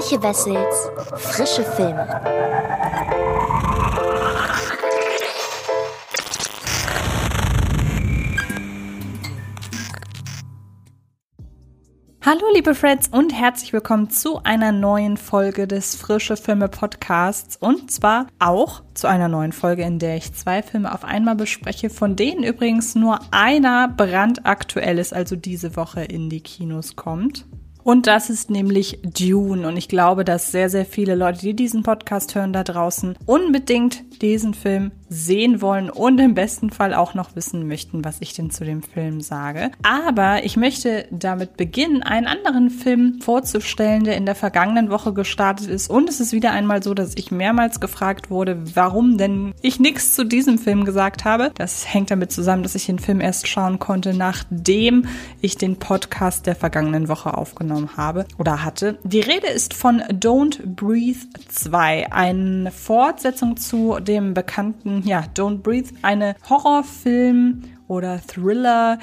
Antje Wessels frische Filme. Hallo liebe Freds und herzlich willkommen zu einer neuen Folge des Frische Filme Podcasts und zwar auch zu einer neuen Folge, in der ich 2 Filme auf einmal bespreche, von denen übrigens nur einer brandaktuell ist, also diese Woche in die Kinos kommt. Und das ist nämlich Dune. Und ich glaube, dass sehr, sehr viele Leute, die diesen Podcast hören da draußen, unbedingt diesen Film sehen wollen und im besten Fall auch noch wissen möchten, was ich denn zu dem Film sage. Aber ich möchte damit beginnen, einen anderen Film vorzustellen, der in der vergangenen Woche gestartet ist. Und es ist wieder einmal so, dass ich mehrmals gefragt wurde, warum denn ich nichts zu diesem Film gesagt habe. Das hängt damit zusammen, dass ich den Film erst schauen konnte, nachdem ich den Podcast der vergangenen Woche aufgenommen habe oder hatte. Die Rede ist von Don't Breathe 2, eine Fortsetzung zu dem bekannten Don't Breathe, eine Horrorfilm oder Thriller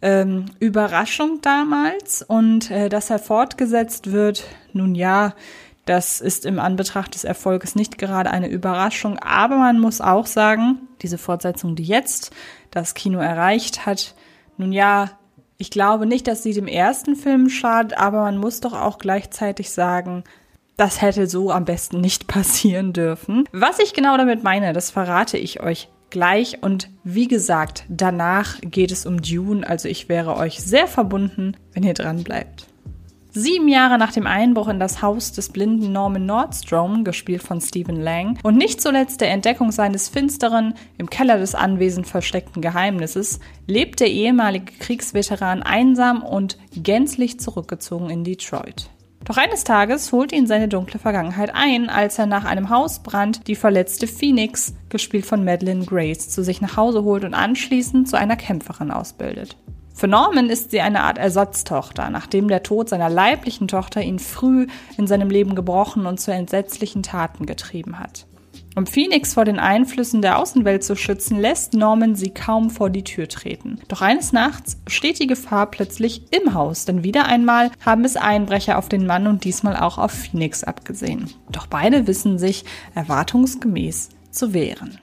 Überraschung damals und dass er fortgesetzt wird, nun ja, das ist im Anbetracht des Erfolges nicht gerade eine Überraschung, aber man muss auch sagen, diese Fortsetzung, die jetzt das Kino erreicht hat, nun ja, ich glaube nicht, dass sie dem ersten Film schadet, aber man muss doch auch gleichzeitig sagen, das hätte so am besten nicht passieren dürfen. Was ich genau damit meine, das verrate ich euch gleich. Und wie gesagt, danach geht es um Dune. Also ich wäre euch sehr verbunden, wenn ihr dran bleibt. 7 Jahre nach dem Einbruch in das Haus des blinden Norman Nordstrom, gespielt von Stephen Lang, und nicht zuletzt der Entdeckung seines finsteren, im Keller des Anwesens versteckten Geheimnisses, lebt der ehemalige Kriegsveteran einsam und gänzlich zurückgezogen in Detroit. Doch eines Tages holt ihn seine dunkle Vergangenheit ein, als er nach einem Hausbrand die verletzte Phoenix, gespielt von Madeline Grace, zu sich nach Hause holt und anschließend zu einer Kämpferin ausbildet. Für Norman ist sie eine Art Ersatztochter, nachdem der Tod seiner leiblichen Tochter ihn früh in seinem Leben gebrochen und zu entsetzlichen Taten getrieben hat. Um Phoenix vor den Einflüssen der Außenwelt zu schützen, lässt Norman sie kaum vor die Tür treten. Doch eines Nachts steht die Gefahr plötzlich im Haus, denn wieder einmal haben es Einbrecher auf den Mann und diesmal auch auf Phoenix abgesehen. Doch beide wissen sich erwartungsgemäß zu wehren.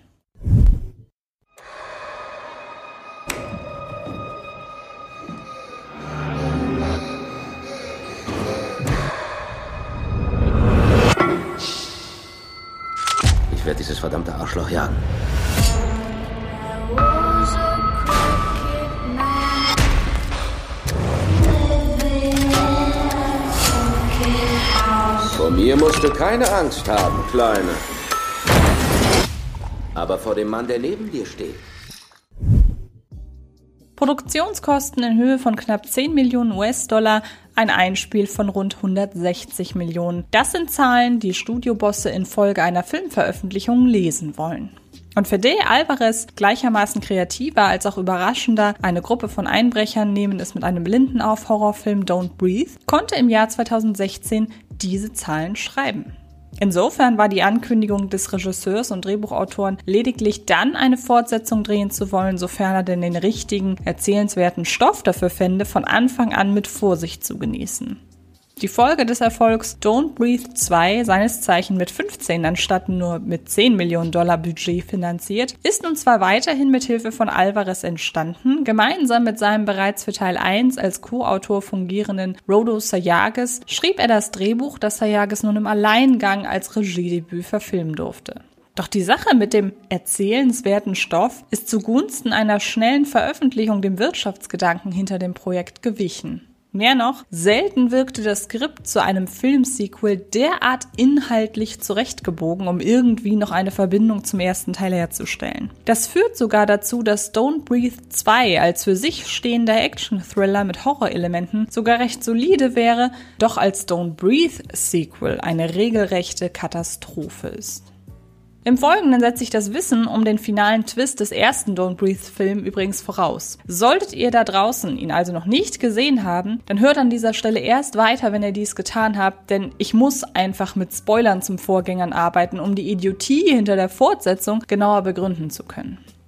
Ich werde dieses verdammte Arschloch jagen. Vor mir musst du keine Angst haben, Kleine. Aber vor dem Mann, der neben dir steht. Produktionskosten in Höhe von knapp 10 Millionen US-Dollar, ein Einspiel von rund 160 Millionen. Das sind Zahlen, die Studiobosse infolge einer Filmveröffentlichung lesen wollen. Und für Fede Alvarez, gleichermaßen kreativer als auch überraschender, eine Gruppe von Einbrechern nehmen es mit einem Blinden auf, Horrorfilm Don't Breathe, konnte im Jahr 2016 diese Zahlen schreiben. Insofern war die Ankündigung des Regisseurs und Drehbuchautoren lediglich dann eine Fortsetzung drehen zu wollen, sofern er denn den richtigen, erzählenswerten Stoff dafür fände, von Anfang an mit Vorsicht zu genießen. Die Folge des Erfolgs Don't Breathe 2, seines Zeichen mit 15 anstatt nur mit 10 Millionen Dollar Budget finanziert, ist nun zwar weiterhin mit Hilfe von Alvarez entstanden, gemeinsam mit seinem bereits für Teil 1 als Co-Autor fungierenden Rodo Sayagues schrieb er das Drehbuch, das Sayagues nun im Alleingang als Regiedebüt verfilmen durfte. Doch die Sache mit dem erzählenswerten Stoff ist zugunsten einer schnellen Veröffentlichung dem Wirtschaftsgedanken hinter dem Projekt gewichen. Mehr noch, selten wirkte das Skript zu einem Filmsequel derart inhaltlich zurechtgebogen, um irgendwie noch eine Verbindung zum ersten Teil herzustellen. Das führt sogar dazu, dass Don't Breathe 2 als für sich stehender Action-Thriller mit Horrorelementen sogar recht solide wäre, doch als Don't Breathe Sequel eine regelrechte Katastrophe ist. Im Folgenden setze ich das Wissen um den finalen Twist des ersten Don't Breathe-Film übrigens voraus. Solltet ihr da draußen ihn also noch nicht gesehen haben, dann hört an dieser Stelle erst weiter, wenn ihr dies getan habt, denn ich muss einfach mit Spoilern zum Vorgängern arbeiten, um die Idiotie hinter der Fortsetzung genauer begründen zu können.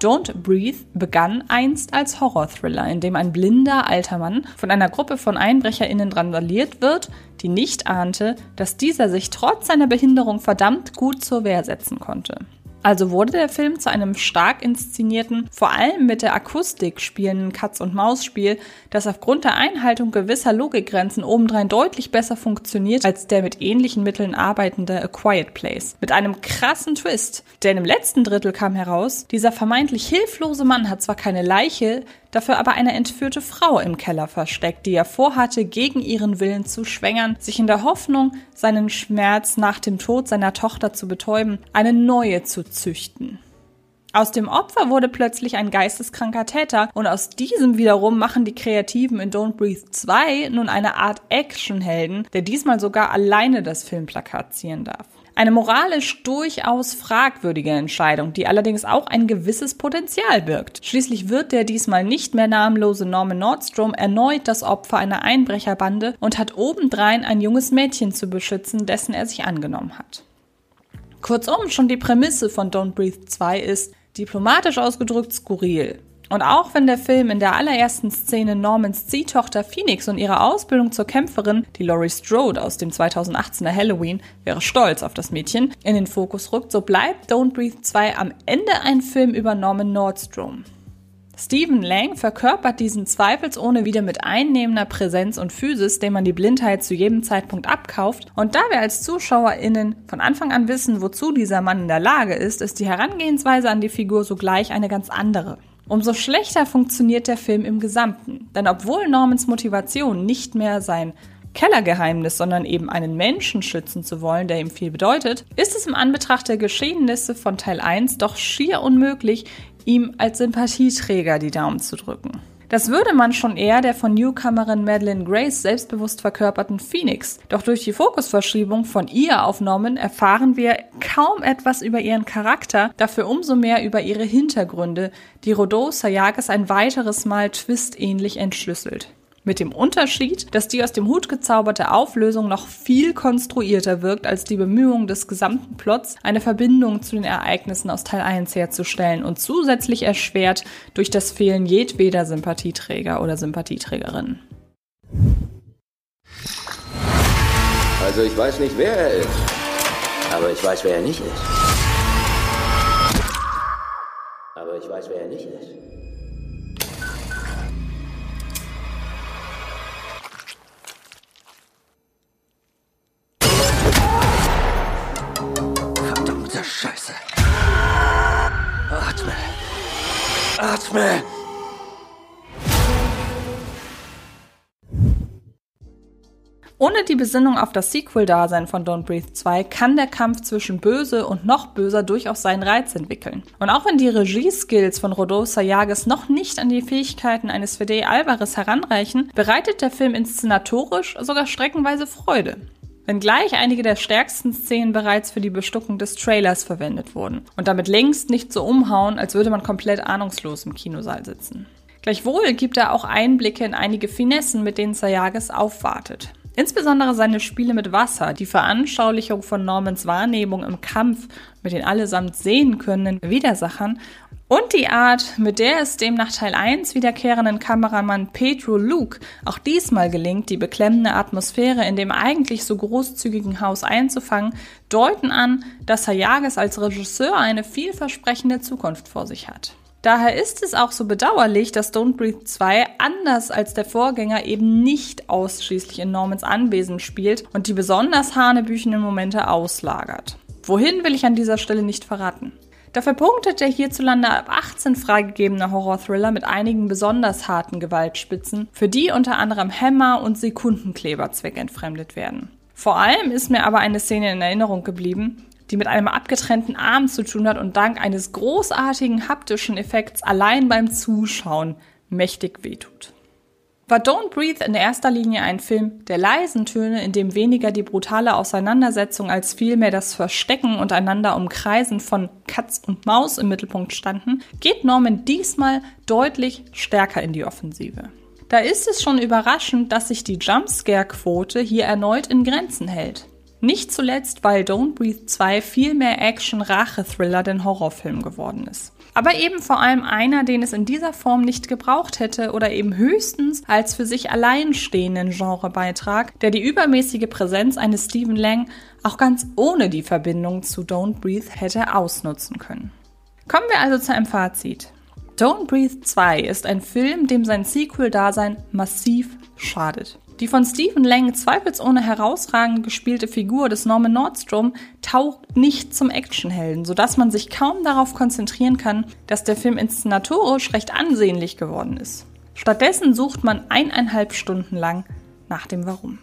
Don't Breathe begann einst als Horror-Thriller, in dem ein blinder alter Mann von einer Gruppe von EinbrecherInnen drangsaliert wird, die nicht ahnte, dass dieser sich trotz seiner Behinderung verdammt gut zur Wehr setzen konnte. Also wurde der Film zu einem stark inszenierten, vor allem mit der Akustik spielenden Katz-und-Maus-Spiel, das aufgrund der Einhaltung gewisser Logikgrenzen obendrein deutlich besser funktioniert als der mit ähnlichen Mitteln arbeitende A Quiet Place. Mit einem krassen Twist, denn im letzten Drittel kam heraus, dieser vermeintlich hilflose Mann hat zwar keine Leiche, dafür aber eine entführte Frau im Keller versteckt, die er vorhatte, gegen ihren Willen zu schwängern, sich in der Hoffnung, seinen Schmerz nach dem Tod seiner Tochter zu betäuben, eine neue zu züchten. Aus dem Opfer wurde plötzlich ein geisteskranker Täter und aus diesem wiederum machen die Kreativen in Don't Breathe 2 nun eine Art Actionhelden, der diesmal sogar alleine das Filmplakat zieren darf. Eine moralisch durchaus fragwürdige Entscheidung, die allerdings auch ein gewisses Potenzial birgt. Schließlich wird der diesmal nicht mehr namenlose Norman Nordstrom erneut das Opfer einer Einbrecherbande und hat obendrein ein junges Mädchen zu beschützen, dessen er sich angenommen hat. Kurzum, schon die Prämisse von Don't Breathe 2 ist, diplomatisch ausgedrückt, skurril. Und auch wenn der Film in der allerersten Szene Normans Ziehtochter Phoenix und ihre Ausbildung zur Kämpferin, die Laurie Strode aus dem 2018er Halloween, wäre stolz auf das Mädchen, in den Fokus rückt, so bleibt Don't Breathe 2 am Ende ein Film über Norman Nordstrom. Stephen Lang verkörpert diesen zweifelsohne wieder mit einnehmender Präsenz und Physis, dem man die Blindheit zu jedem Zeitpunkt abkauft. Und da wir als ZuschauerInnen von Anfang an wissen, wozu dieser Mann in der Lage ist die Herangehensweise an die Figur sogleich eine ganz andere. Umso schlechter funktioniert der Film im Gesamten. Denn obwohl Normans Motivation nicht mehr sein Kellergeheimnis, sondern eben einen Menschen schützen zu wollen, der ihm viel bedeutet, ist es im Anbetracht der Geschehnisse von Teil 1 doch schier unmöglich, ihm als Sympathieträger die Daumen zu drücken. Das würde man schon eher der von Newcomerin Madeline Grace selbstbewusst verkörperten Phoenix. Doch durch die Fokusverschiebung von ihr auf Norman erfahren wir kaum etwas über ihren Charakter, dafür umso mehr über ihre Hintergründe, die Rodolphe Sayagues ein weiteres Mal twistähnlich entschlüsselt. Mit dem Unterschied, dass die aus dem Hut gezauberte Auflösung noch viel konstruierter wirkt als die Bemühungen des gesamten Plots, eine Verbindung zu den Ereignissen aus Teil 1 herzustellen und zusätzlich erschwert durch das Fehlen jedweder Sympathieträger oder Sympathieträgerin. Also ich weiß nicht, wer er ist, aber ich weiß, wer er nicht ist. Aber ich weiß, wer er nicht ist. Verdammte Scheiße. Atme. Atme. Ohne die Besinnung auf das Sequel-Dasein von Don't Breathe 2 kann der Kampf zwischen Böse und noch böser durchaus seinen Reiz entwickeln. Und auch wenn die Regie-Skills von Rodolphe Sayagues noch nicht an die Fähigkeiten eines Fede Alvarez heranreichen, bereitet der Film inszenatorisch sogar streckenweise Freude. Wenngleich einige der stärksten Szenen bereits für die Bestückung des Trailers verwendet wurden und damit längst nicht so umhauen, als würde man komplett ahnungslos im Kinosaal sitzen. Gleichwohl gibt er auch Einblicke in einige Finessen, mit denen Sayagues aufwartet. Insbesondere seine Spiele mit Wasser, die Veranschaulichung von Normans Wahrnehmung im Kampf mit den allesamt sehen können Widersachern und die Art, mit der es dem nach Teil 1 wiederkehrenden Kameramann Pedro Luque auch diesmal gelingt, die beklemmende Atmosphäre in dem eigentlich so großzügigen Haus einzufangen, deuten an, dass Sayagues als Regisseur eine vielversprechende Zukunft vor sich hat. Daher ist es auch so bedauerlich, dass Don't Breathe 2 anders als der Vorgänger eben nicht ausschließlich in Normans Anwesen spielt und die besonders hanebüchenden Momente auslagert. Wohin will ich an dieser Stelle nicht verraten. Dafür punktet der hierzulande ab 18 freigegebene Horror-Thriller mit einigen besonders harten Gewaltspitzen, für die unter anderem Hämmer und Sekundenkleber zweckentfremdet werden. Vor allem ist mir aber eine Szene in Erinnerung geblieben, die mit einem abgetrennten Arm zu tun hat und dank eines großartigen haptischen Effekts allein beim Zuschauen mächtig wehtut. War Don't Breathe in erster Linie ein Film der leisen Töne, in dem weniger die brutale Auseinandersetzung als vielmehr das Verstecken und einander Umkreisen von Katz und Maus im Mittelpunkt standen, geht Norman diesmal deutlich stärker in die Offensive. Da ist es schon überraschend, dass sich die Jumpscare-Quote hier erneut in Grenzen hält. Nicht zuletzt, weil Don't Breathe 2 viel mehr Action-Rache-Thriller denn Horrorfilm geworden ist. aber eben vor allem einer, den es in dieser Form nicht gebraucht hätte oder eben höchstens als für sich alleinstehenden Genrebeitrag, der die übermäßige Präsenz eines Stephen Lang auch ganz ohne die Verbindung zu Don't Breathe hätte ausnutzen können. Kommen wir also zu einem Fazit. Don't Breathe 2 ist ein Film, dem sein Sequel-Dasein massiv schadet. Die von Stephen Lang zweifelsohne herausragend gespielte Figur des Norman Nordstrom taugt nicht zum Actionhelden, sodass man sich kaum darauf konzentrieren kann, dass der Film inszenatorisch recht ansehnlich geworden ist. Stattdessen sucht man 1,5 Stunden lang nach dem Warum.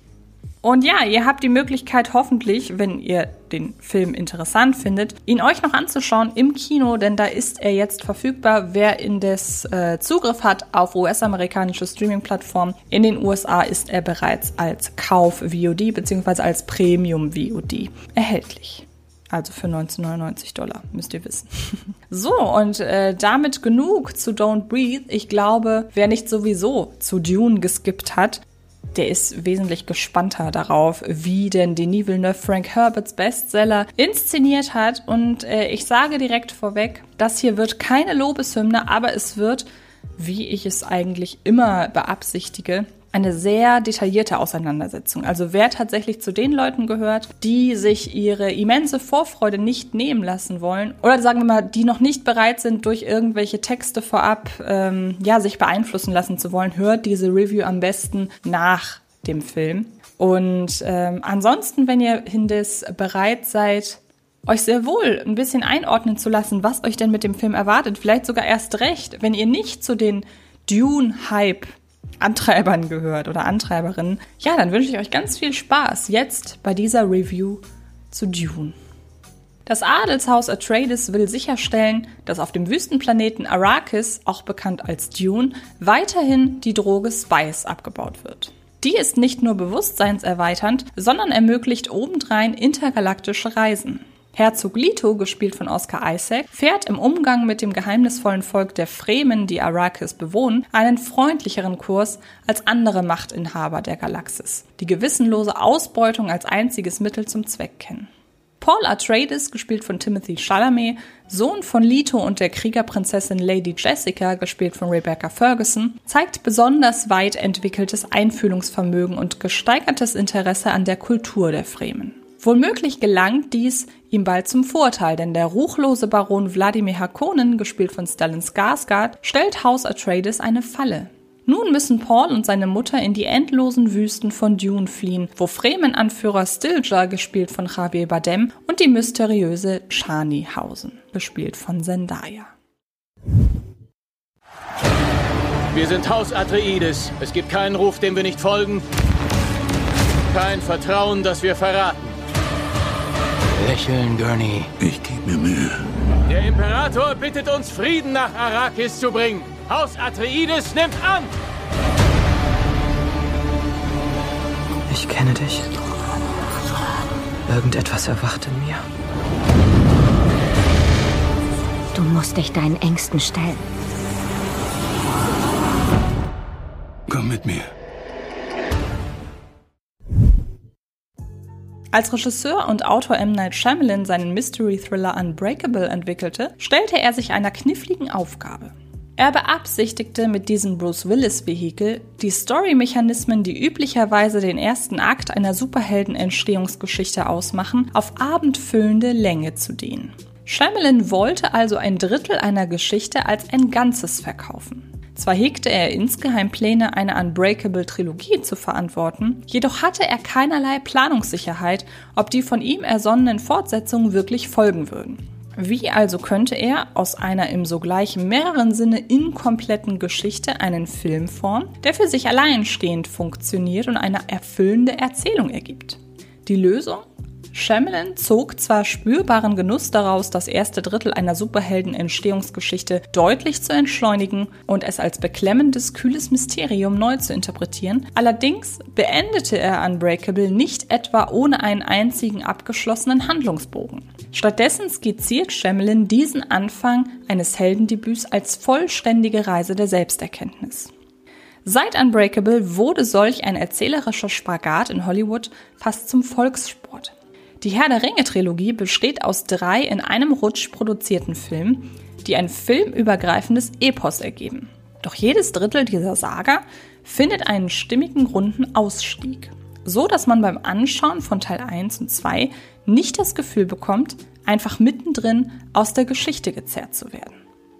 Und ja, ihr habt die Möglichkeit hoffentlich, wenn ihr den Film interessant findet, ihn euch noch anzuschauen im Kino, denn da ist er jetzt verfügbar. Wer indes Zugriff hat auf US-amerikanische Streaming-Plattformen, in den USA ist er bereits als Kauf-VOD bzw. als Premium-VOD erhältlich. Also für $19,99, müsst ihr wissen. So, und damit genug zu Don't Breathe. Ich glaube, wer nicht sowieso zu Dune geskippt hat, der ist wesentlich gespannter darauf, wie denn Denis Villeneuve Frank Herberts Bestseller inszeniert hat. Und ich sage direkt vorweg, das hier wird keine Lobeshymne, aber es wird, wie ich es eigentlich immer beabsichtige, eine sehr detaillierte Auseinandersetzung. Also wer tatsächlich zu den Leuten gehört, die sich ihre immense Vorfreude nicht nehmen lassen wollen oder sagen wir mal, die noch nicht bereit sind, durch irgendwelche Texte vorab sich beeinflussen lassen zu wollen, hört diese Review am besten nach dem Film. Und ansonsten, wenn ihr indes bereit seid, euch sehr wohl ein bisschen einordnen zu lassen, was euch denn mit dem Film erwartet, vielleicht sogar erst recht, wenn ihr nicht zu den Dune-Hype Antreibern gehört oder Antreiberinnen, ja, dann wünsche ich euch ganz viel Spaß jetzt bei dieser Review zu Dune. Das Adelshaus Atreides will sicherstellen, dass auf dem Wüstenplaneten Arrakis, auch bekannt als Dune, weiterhin die Droge Spice abgebaut wird. Die ist nicht nur bewusstseinserweiternd, sondern ermöglicht obendrein intergalaktische Reisen. Herzog Leto, gespielt von Oscar Isaac, fährt im Umgang mit dem geheimnisvollen Volk der Fremen, die Arrakis bewohnen, einen freundlicheren Kurs als andere Machtinhaber der Galaxis, die gewissenlose Ausbeutung als einziges Mittel zum Zweck kennen. Paul Atreides, gespielt von Timothée Chalamet, Sohn von Leto und der Kriegerprinzessin Lady Jessica, gespielt von Rebecca Ferguson, zeigt besonders weit entwickeltes Einfühlungsvermögen und gesteigertes Interesse an der Kultur der Fremen. Womöglich gelangt dies ihm bald zum Vorteil, denn der ruchlose Baron Wladimir Harkonnen, gespielt von Stellan Skarsgård, stellt Haus Atreides eine Falle. Nun müssen Paul und seine Mutter in die endlosen Wüsten von Dune fliehen, wo Fremen-Anführer Stiljar, gespielt von Javier Bardem, und die mysteriöse Chani hausen, gespielt von Zendaya. Wir sind Haus Atreides. Es gibt keinen Ruf, dem wir nicht folgen. Kein Vertrauen, das wir verraten. Lächeln, Gurney. Ich gebe mir Mühe. Der Imperator bittet uns, Frieden nach Arrakis zu bringen. Haus Atreides nimmt an! Ich kenne dich. Irgendetwas erwacht in mir. Du musst dich deinen Ängsten stellen. Komm mit mir. Als Regisseur und Autor M. Night Shyamalan seinen Mystery-Thriller Unbreakable entwickelte, stellte er sich einer kniffligen Aufgabe. Er beabsichtigte mit diesem Bruce Willis-Vehikel, die Story-Mechanismen, die üblicherweise den ersten Akt einer Superhelden-Entstehungsgeschichte ausmachen, auf abendfüllende Länge zu dehnen. Shyamalan wollte also ein Drittel einer Geschichte als ein Ganzes verkaufen. Zwar hegte er insgeheim Pläne, eine Unbreakable-Trilogie zu verantworten, jedoch hatte er keinerlei Planungssicherheit, ob die von ihm ersonnenen Fortsetzungen wirklich folgen würden. Wie also könnte er aus einer im sogleich mehreren Sinne inkompletten Geschichte einen Film formen, der für sich alleinstehend funktioniert und eine erfüllende Erzählung ergibt? Die Lösung? Shyamalan zog zwar spürbaren Genuss daraus, das erste Drittel einer Superhelden-Entstehungsgeschichte deutlich zu entschleunigen und es als beklemmendes, kühles Mysterium neu zu interpretieren, allerdings beendete er Unbreakable nicht etwa ohne einen einzigen abgeschlossenen Handlungsbogen. Stattdessen skizziert Shyamalan diesen Anfang eines Heldendebüts als vollständige Reise der Selbsterkenntnis. Seit Unbreakable wurde solch ein erzählerischer Spagat in Hollywood fast zum Volkssport. Die Herr der Ringe-Trilogie besteht aus 3 in einem Rutsch produzierten Filmen, die ein filmübergreifendes Epos ergeben. Doch jedes Drittel dieser Saga findet einen stimmigen runden Ausstieg, so dass man beim Anschauen von Teil 1 und 2 nicht das Gefühl bekommt, einfach mittendrin aus der Geschichte gezerrt zu werden.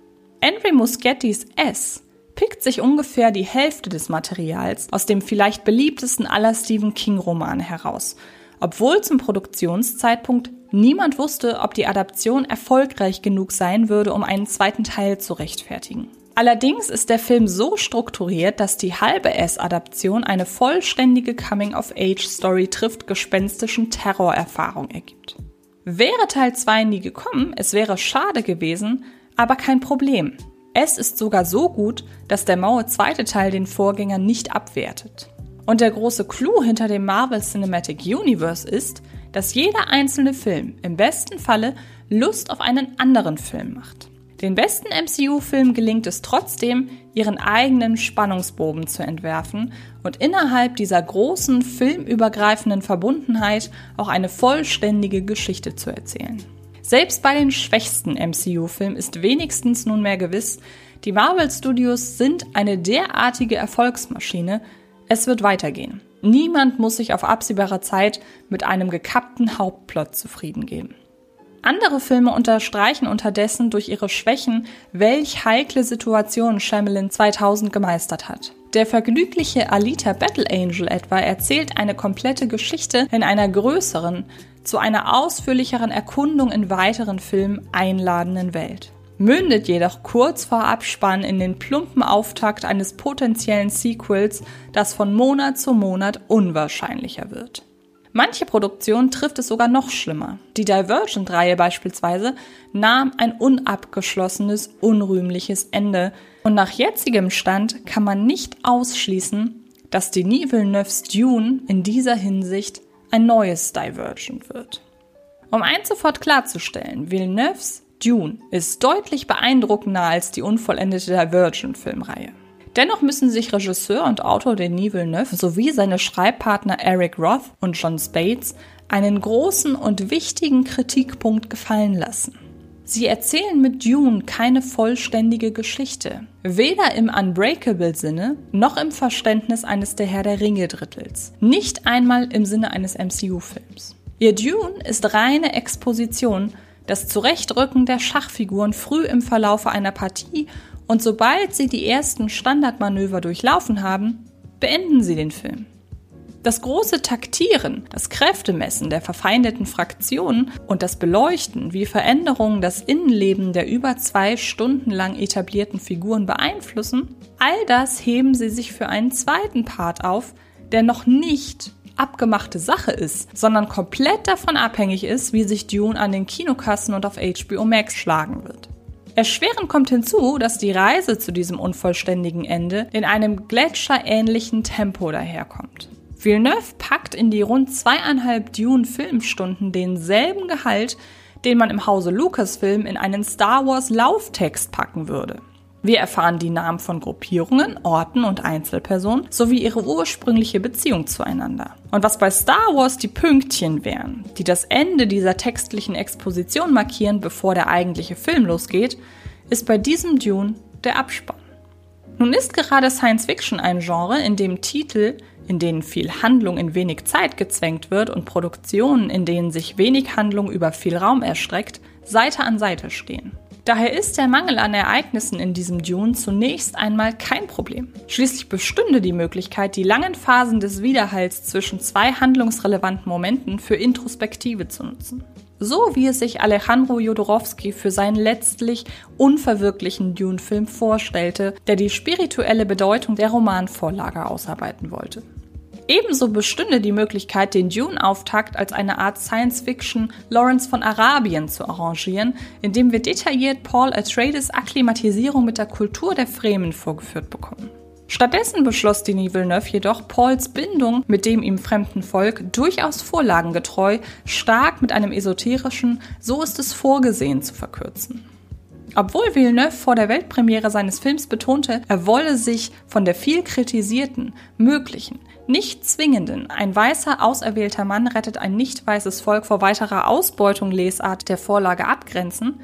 Henry Muschiettis S pickt sich ungefähr die Hälfte des Materials aus dem vielleicht beliebtesten aller Stephen King-Romane heraus, obwohl zum Produktionszeitpunkt niemand wusste, ob die Adaption erfolgreich genug sein würde, um einen zweiten Teil zu rechtfertigen. Allerdings ist der Film so strukturiert, dass die halbe S-Adaption eine vollständige Coming-of-Age-Story trifft gespenstischen Terrorerfahrung ergibt. Wäre Teil 2 nie gekommen, es wäre schade gewesen, aber kein Problem. Es ist sogar so gut, dass der maue zweite Teil den Vorgänger nicht abwertet. Und der große Clou hinter dem Marvel Cinematic Universe ist, dass jeder einzelne Film im besten Falle Lust auf einen anderen Film macht. Den besten MCU-Filmen gelingt es trotzdem, ihren eigenen Spannungsbogen zu entwerfen und innerhalb dieser großen filmübergreifenden Verbundenheit auch eine vollständige Geschichte zu erzählen. Selbst bei den schwächsten MCU-Filmen ist wenigstens nunmehr gewiss, die Marvel Studios sind eine derartige Erfolgsmaschine, es wird weitergehen. Niemand muss sich auf absehbare Zeit mit einem gekappten Hauptplot zufrieden geben. Andere Filme unterstreichen unterdessen durch ihre Schwächen, welch heikle Situation Shyamalan 2000 gemeistert hat. Der vergnügliche Alita Battle Angel etwa erzählt eine komplette Geschichte in einer größeren, zu einer ausführlicheren Erkundung in weiteren Filmen einladenden Welt. Mündet jedoch kurz vor Abspann in den plumpen Auftakt eines potenziellen Sequels, das von Monat zu Monat unwahrscheinlicher wird. Manche Produktionen trifft es sogar noch schlimmer. Die Divergent-Reihe beispielsweise nahm ein unabgeschlossenes, unrühmliches Ende und nach jetzigem Stand kann man nicht ausschließen, dass Denis Villeneuves Dune in dieser Hinsicht ein neues Divergent wird. Um eins sofort klarzustellen, Villeneuves Dune ist deutlich beeindruckender als die unvollendete Divergent-Filmreihe. Dennoch müssen sich Regisseur und Autor Denis Villeneuve sowie seine Schreibpartner Eric Roth und John Spaihts einen großen und wichtigen Kritikpunkt gefallen lassen. Sie erzählen mit Dune keine vollständige Geschichte, weder im Unbreakable-Sinne noch im Verständnis eines der Herr der Ringe-Drittels, nicht einmal im Sinne eines MCU-Films. Ihr Dune ist reine Exposition, das Zurechtrücken der Schachfiguren früh im Verlaufe einer Partie und sobald sie die ersten Standardmanöver durchlaufen haben, beenden sie den Film. Das große Taktieren, das Kräftemessen der verfeindeten Fraktionen und das Beleuchten, wie Veränderungen das Innenleben der über 2 Stunden lang etablierten Figuren beeinflussen, all das heben sie sich für einen zweiten Part auf, der noch nicht abgemachte Sache ist, sondern komplett davon abhängig ist, wie sich Dune an den Kinokassen und auf HBO Max schlagen wird. Erschwerend kommt hinzu, dass die Reise zu diesem unvollständigen Ende in einem gletscherähnlichen Tempo daherkommt. Villeneuve packt in die rund 2,5 Dune-Filmstunden denselben Gehalt, den man im Hause Lucasfilm in einen Star Wars-Lauftext packen würde. Wir erfahren die Namen von Gruppierungen, Orten und Einzelpersonen sowie ihre ursprüngliche Beziehung zueinander. Und was bei Star Wars die Pünktchen wären, die das Ende dieser textlichen Exposition markieren, bevor der eigentliche Film losgeht, ist bei diesem Dune der Abspann. Nun ist gerade Science Fiction ein Genre, in dem Titel, in denen viel Handlung in wenig Zeit gezwängt wird und Produktionen, in denen sich wenig Handlung über viel Raum erstreckt, Seite an Seite stehen. Daher ist der Mangel an Ereignissen in diesem Dune zunächst einmal kein Problem. Schließlich bestünde die Möglichkeit, die langen Phasen des Widerhalls zwischen 2 handlungsrelevanten Momenten für Introspektive zu nutzen. So wie es sich Alejandro Jodorowsky für seinen letztlich unverwirklichen Dune-Film vorstellte, der die spirituelle Bedeutung der Romanvorlage ausarbeiten wollte. Ebenso bestünde die Möglichkeit, den Dune-Auftakt als eine Art Science-Fiction Lawrence von Arabien zu arrangieren, indem wir detailliert Paul Atreides Akklimatisierung mit der Kultur der Fremen vorgeführt bekommen. Stattdessen beschloss Denis Villeneuve jedoch, Pauls Bindung mit dem ihm fremden Volk durchaus vorlagengetreu, stark mit einem esoterischen „So ist es vorgesehen" zu verkürzen. Obwohl Villeneuve vor der Weltpremiere seines Films betonte, er wolle sich von der viel kritisierten, möglichen, nicht zwingenden "Ein weißer, auserwählter Mann rettet ein nicht weißes Volk vor weiterer Ausbeutung" Lesart der Vorlage abgrenzen,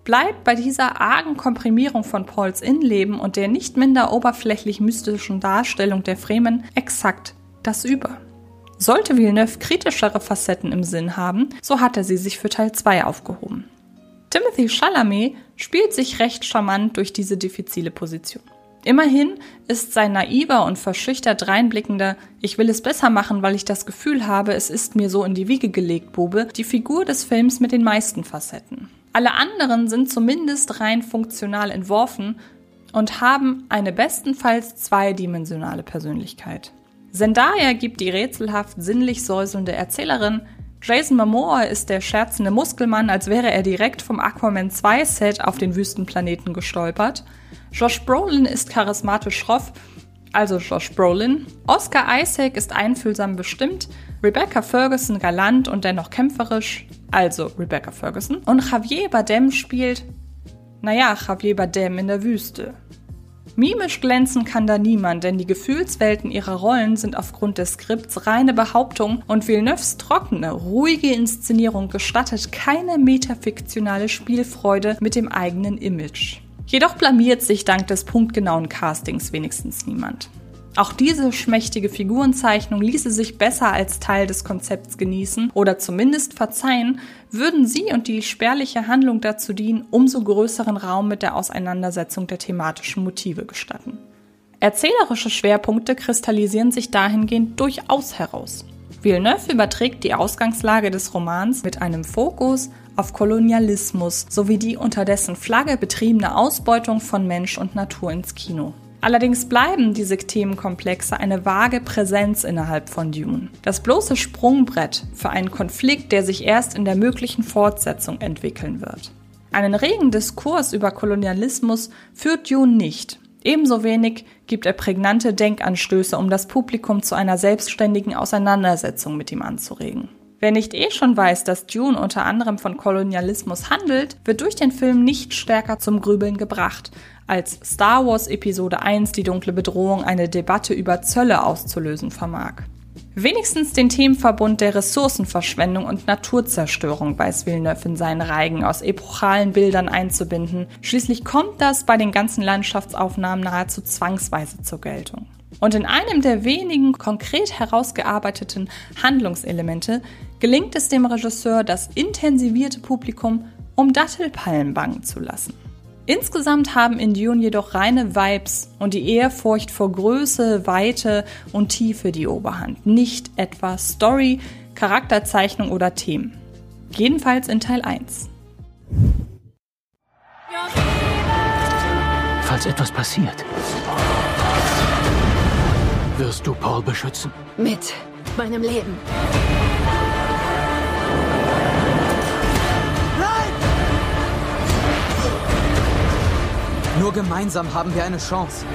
bleibt bei dieser argen Komprimierung von Pauls Innenleben und der nicht minder oberflächlich mystischen Darstellung der Fremen exakt das über. Sollte Villeneuve kritischere Facetten im Sinn haben, so hat er sie sich für Teil 2 aufgehoben. Timothée Chalamet spielt sich recht charmant durch diese diffizile Position. Immerhin ist sein naiver und verschüchtert reinblickender „Ich will es besser machen, weil ich das Gefühl habe, es ist mir so in die Wiege gelegt" Bube die Figur des Films mit den meisten Facetten. Alle anderen sind zumindest rein funktional entworfen und haben eine bestenfalls zweidimensionale Persönlichkeit. Zendaya gibt die rätselhaft sinnlich säuselnde Erzählerin, Jason Momoa ist der scherzende Muskelmann, als wäre er direkt vom Aquaman 2 Set auf den Wüstenplaneten gestolpert. Josh Brolin ist charismatisch schroff, also Josh Brolin. Oscar Isaac ist einfühlsam bestimmt, Rebecca Ferguson galant und dennoch kämpferisch, also Rebecca Ferguson. Und Javier Bardem spielt, Javier Bardem in der Wüste. Mimisch glänzen kann da niemand, denn die Gefühlswelten ihrer Rollen sind aufgrund des Skripts reine Behauptung und Villeneuves trockene, ruhige Inszenierung gestattet keine metafiktionale Spielfreude mit dem eigenen Image. Jedoch blamiert sich dank des punktgenauen Castings wenigstens niemand. Auch diese schmächtige Figurenzeichnung ließe sich besser als Teil des Konzepts genießen oder zumindest verzeihen, würden sie und die spärliche Handlung dazu dienen, umso größeren Raum mit der Auseinandersetzung der thematischen Motive gestatten. Erzählerische Schwerpunkte kristallisieren sich dahingehend durchaus heraus. Villeneuve überträgt die Ausgangslage des Romans mit einem Fokus auf Kolonialismus sowie die unter dessen Flagge betriebene Ausbeutung von Mensch und Natur ins Kino. Allerdings bleiben diese Themenkomplexe eine vage Präsenz innerhalb von Dune. Das bloße Sprungbrett für einen Konflikt, der sich erst in der möglichen Fortsetzung entwickeln wird. Einen regen Diskurs über Kolonialismus führt Dune nicht. Ebenso wenig gibt er prägnante Denkanstöße, um das Publikum zu einer selbstständigen Auseinandersetzung mit ihm anzuregen. Wer nicht schon weiß, dass Dune unter anderem von Kolonialismus handelt, wird durch den Film nicht stärker zum Grübeln gebracht, als Star Wars Episode 1 die dunkle Bedrohung eine Debatte über Zölle auszulösen vermag. Wenigstens den Themenverbund der Ressourcenverschwendung und Naturzerstörung weiß Villeneuve in seinen Reigen aus epochalen Bildern einzubinden. Schließlich kommt das bei den ganzen Landschaftsaufnahmen nahezu zwangsweise zur Geltung. Und in einem der wenigen konkret herausgearbeiteten Handlungselemente gelingt es dem Regisseur, das intensivierte Publikum um Dattelpalmen bangen zu lassen. Insgesamt haben in Dune jedoch reine Vibes und die Ehrfurcht vor Größe, Weite und Tiefe die Oberhand, nicht etwa Story, Charakterzeichnung oder Themen. Jedenfalls in Teil 1. Falls etwas passiert, wirst du Paul beschützen? Mit meinem Leben. Nur gemeinsam haben wir eine Chance.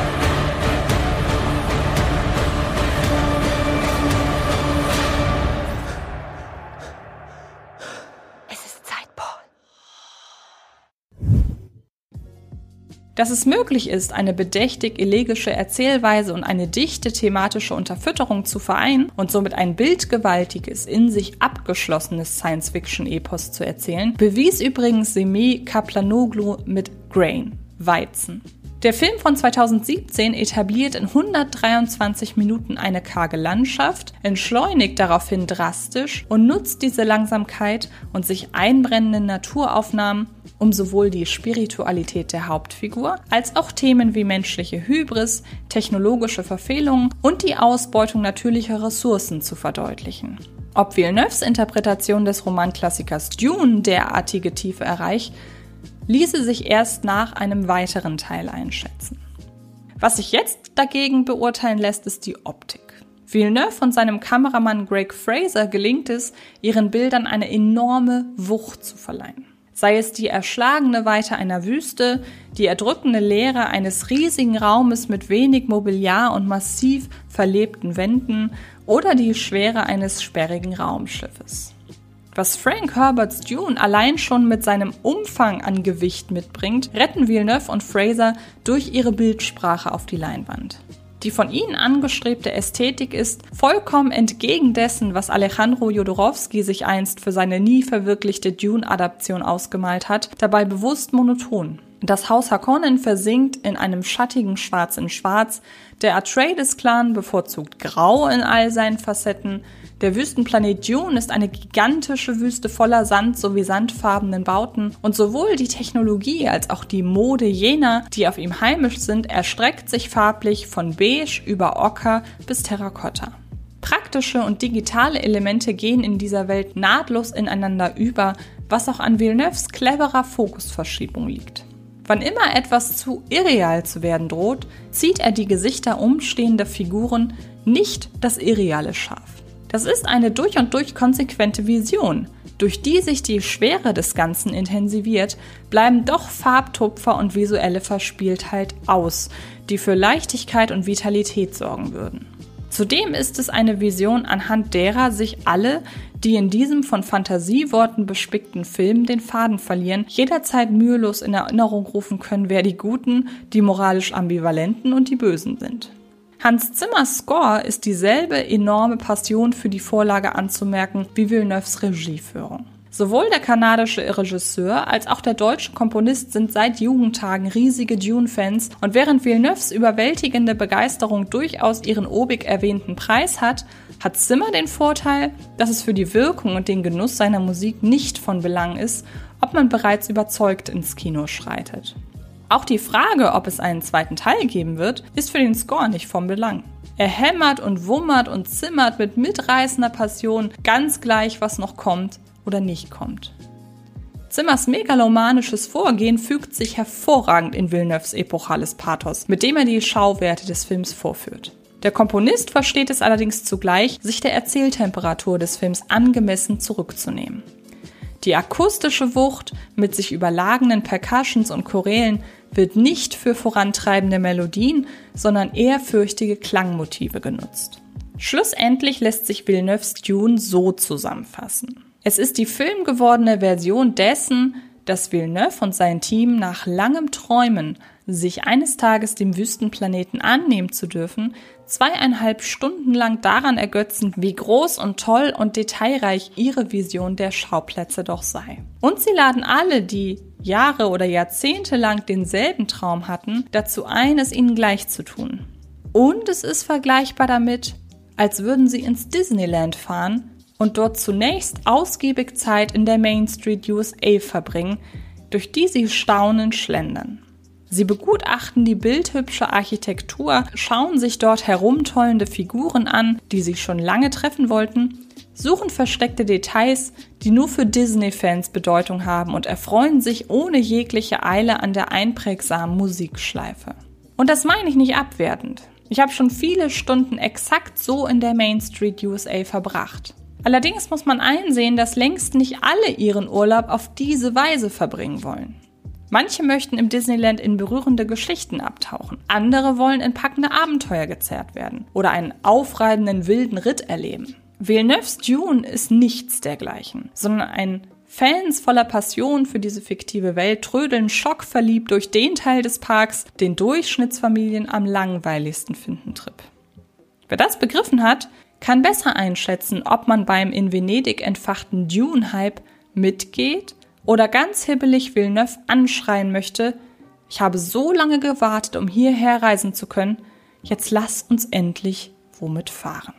Es ist Zeit, Paul. Dass es möglich ist, eine bedächtig elegische Erzählweise und eine dichte thematische Unterfütterung zu vereinen und somit ein bildgewaltiges, in sich abgeschlossenes Science-Fiction-Epos zu erzählen, bewies übrigens Semih Kaplanoglu mit Grain, Weizen. Der Film von 2017 etabliert in 123 Minuten eine karge Landschaft, entschleunigt daraufhin drastisch und nutzt diese Langsamkeit und sich einbrennenden Naturaufnahmen, um sowohl die Spiritualität der Hauptfigur als auch Themen wie menschliche Hybris, technologische Verfehlungen und die Ausbeutung natürlicher Ressourcen zu verdeutlichen. Ob Villeneuves Interpretation des Romanklassikers Dune derartige Tiefe erreicht, ließe sich erst nach einem weiteren Teil einschätzen. Was sich jetzt dagegen beurteilen lässt, ist die Optik. Villeneuve und seinem Kameramann Greig Fraser gelingt es, ihren Bildern eine enorme Wucht zu verleihen. Sei es die erschlagene Weite einer Wüste, die erdrückende Leere eines riesigen Raumes mit wenig Mobiliar und massiv verlebten Wänden oder die Schwere eines sperrigen Raumschiffes. Was Frank Herberts Dune allein schon mit seinem Umfang an Gewicht mitbringt, retten Villeneuve und Fraser durch ihre Bildsprache auf die Leinwand. Die von ihnen angestrebte Ästhetik ist vollkommen entgegen dessen, was Alejandro Jodorowsky sich einst für seine nie verwirklichte Dune-Adaption ausgemalt hat, dabei bewusst monoton. Das Haus Harkonnen versinkt in einem schattigen Schwarz in Schwarz, der Atreides-Clan bevorzugt Grau in all seinen Facetten, der Wüstenplanet Dune ist eine gigantische Wüste voller Sand sowie sandfarbenen Bauten und sowohl die Technologie als auch die Mode jener, die auf ihm heimisch sind, erstreckt sich farblich von beige über Ocker bis Terrakotta. Praktische und digitale Elemente gehen in dieser Welt nahtlos ineinander über, was auch an Villeneuves cleverer Fokusverschiebung liegt. Wann immer etwas zu irreal zu werden droht, zieht er die Gesichter umstehender Figuren, nicht das Irreale scharf. Das ist eine durch und durch konsequente Vision. Durch die sich die Schwere des Ganzen intensiviert, bleiben doch Farbtupfer und visuelle Verspieltheit aus, die für Leichtigkeit und Vitalität sorgen würden. Zudem ist es eine Vision, anhand derer sich alle, die in diesem von Fantasieworten bespickten Film den Faden verlieren, jederzeit mühelos in Erinnerung rufen können, wer die Guten, die moralisch Ambivalenten und die Bösen sind. Hans Zimmers Score ist dieselbe enorme Passion für die Vorlage anzumerken wie Villeneuves Regieführung. Sowohl der kanadische Regisseur als auch der deutsche Komponist sind seit Jugendtagen riesige Dune-Fans und während Villeneuves überwältigende Begeisterung durchaus ihren obig erwähnten Preis hat, hat Zimmer den Vorteil, dass es für die Wirkung und den Genuss seiner Musik nicht von Belang ist, ob man bereits überzeugt ins Kino schreitet. Auch die Frage, ob es einen zweiten Teil geben wird, ist für den Score nicht von Belang. Er hämmert und wummert und zimmert mit mitreißender Passion, ganz gleich, was noch kommt oder nicht kommt. Zimmers megalomanisches Vorgehen fügt sich hervorragend in Villeneuves epochales Pathos, mit dem er die Schauwerte des Films vorführt. Der Komponist versteht es allerdings zugleich, sich der Erzähltemperatur des Films angemessen zurückzunehmen. Die akustische Wucht mit sich überlagenen Percussions und Chorälen wird nicht für vorantreibende Melodien, sondern eher fürchtige Klangmotive genutzt. Schlussendlich lässt sich Villeneuves Dune so zusammenfassen. Es ist die filmgewordene Version dessen, dass Villeneuve und sein Team nach langem Träumen, sich eines Tages dem Wüstenplaneten annehmen zu dürfen, 2,5 Stunden lang daran ergötzen, wie groß und toll und detailreich ihre Vision der Schauplätze doch sei. Und sie laden alle, die Jahre oder Jahrzehnte lang denselben Traum hatten, dazu ein, es ihnen gleich zu tun. Und es ist vergleichbar damit, als würden sie ins Disneyland fahren und dort zunächst ausgiebig Zeit in der Main Street USA verbringen, durch die sie staunend schlendern. Sie begutachten die bildhübsche Architektur, schauen sich dort herumtollende Figuren an, die sie schon lange treffen wollten, suchen versteckte Details, die nur für Disney-Fans Bedeutung haben und erfreuen sich ohne jegliche Eile an der einprägsamen Musikschleife. Und das meine ich nicht abwertend. Ich habe schon viele Stunden exakt so in der Main Street USA verbracht. Allerdings muss man einsehen, dass längst nicht alle ihren Urlaub auf diese Weise verbringen wollen. Manche möchten im Disneyland in berührende Geschichten abtauchen. Andere wollen in packende Abenteuer gezerrt werden oder einen aufreibenden wilden Ritt erleben. Villeneuves Dune ist nichts dergleichen, sondern ein Fans voller Passion für diese fiktive Welt trödeln schockverliebt durch den Teil des Parks, den Durchschnittsfamilien am langweiligsten finden Trip. Wer das begriffen hat, kann besser einschätzen, ob man beim in Venedig entfachten Dune-Hype mitgeht oder ganz hibbelig Villeneuve anschreien möchte, ich habe so lange gewartet, um hierher reisen zu können, jetzt lass uns endlich womit fahren.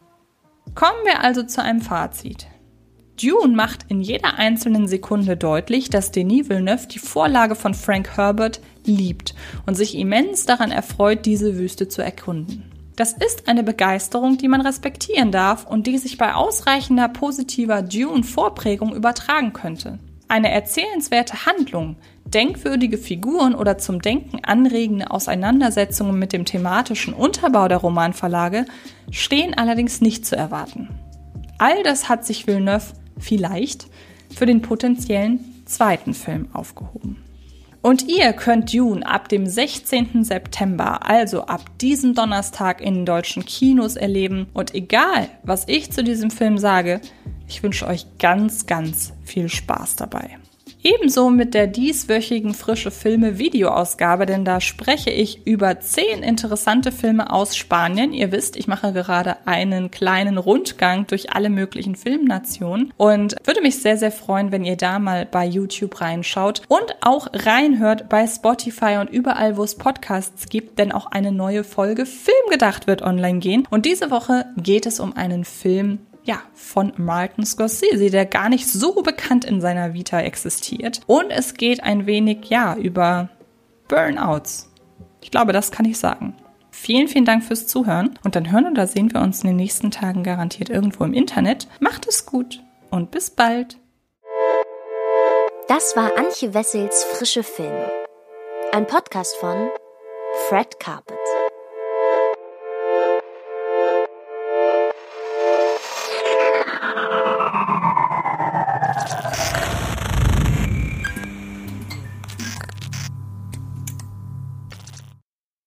Kommen wir also zu einem Fazit. Dune macht in jeder einzelnen Sekunde deutlich, dass Denis Villeneuve die Vorlage von Frank Herbert liebt und sich immens daran erfreut, diese Wüste zu erkunden. Das ist eine Begeisterung, die man respektieren darf und die sich bei ausreichender positiver Dune-Vorprägung übertragen könnte. Eine erzählenswerte Handlung, denkwürdige Figuren oder zum Denken anregende Auseinandersetzungen mit dem thematischen Unterbau der Romanverlage stehen allerdings nicht zu erwarten. All das hat sich Villeneuve vielleicht für den potenziellen zweiten Film aufgehoben. Und ihr könnt Dune ab dem 16. September, also ab diesem Donnerstag in den deutschen Kinos erleben. Und egal, was ich zu diesem Film sage, ich wünsche euch ganz, ganz viel Spaß dabei. Ebenso mit der dieswöchigen Frische Filme Videoausgabe, denn da spreche ich über 10 interessante Filme aus Spanien. Ihr wisst, ich mache gerade einen kleinen Rundgang durch alle möglichen Filmnationen und würde mich sehr, sehr freuen, wenn ihr da mal bei YouTube reinschaut und auch reinhört bei Spotify und überall, wo es Podcasts gibt, denn auch eine neue Folge Filmgedacht wird online gehen. Und diese Woche geht es um einen Film, von Martin Scorsese, der gar nicht so bekannt in seiner Vita existiert. Und es geht ein wenig, über Burnouts. Ich glaube, das kann ich sagen. Vielen, vielen Dank fürs Zuhören. Und dann hören oder sehen wir uns in den nächsten Tagen garantiert irgendwo im Internet. Macht es gut und bis bald. Das war Antje Wessels Frische Filme. Ein Podcast von Fred Carpet.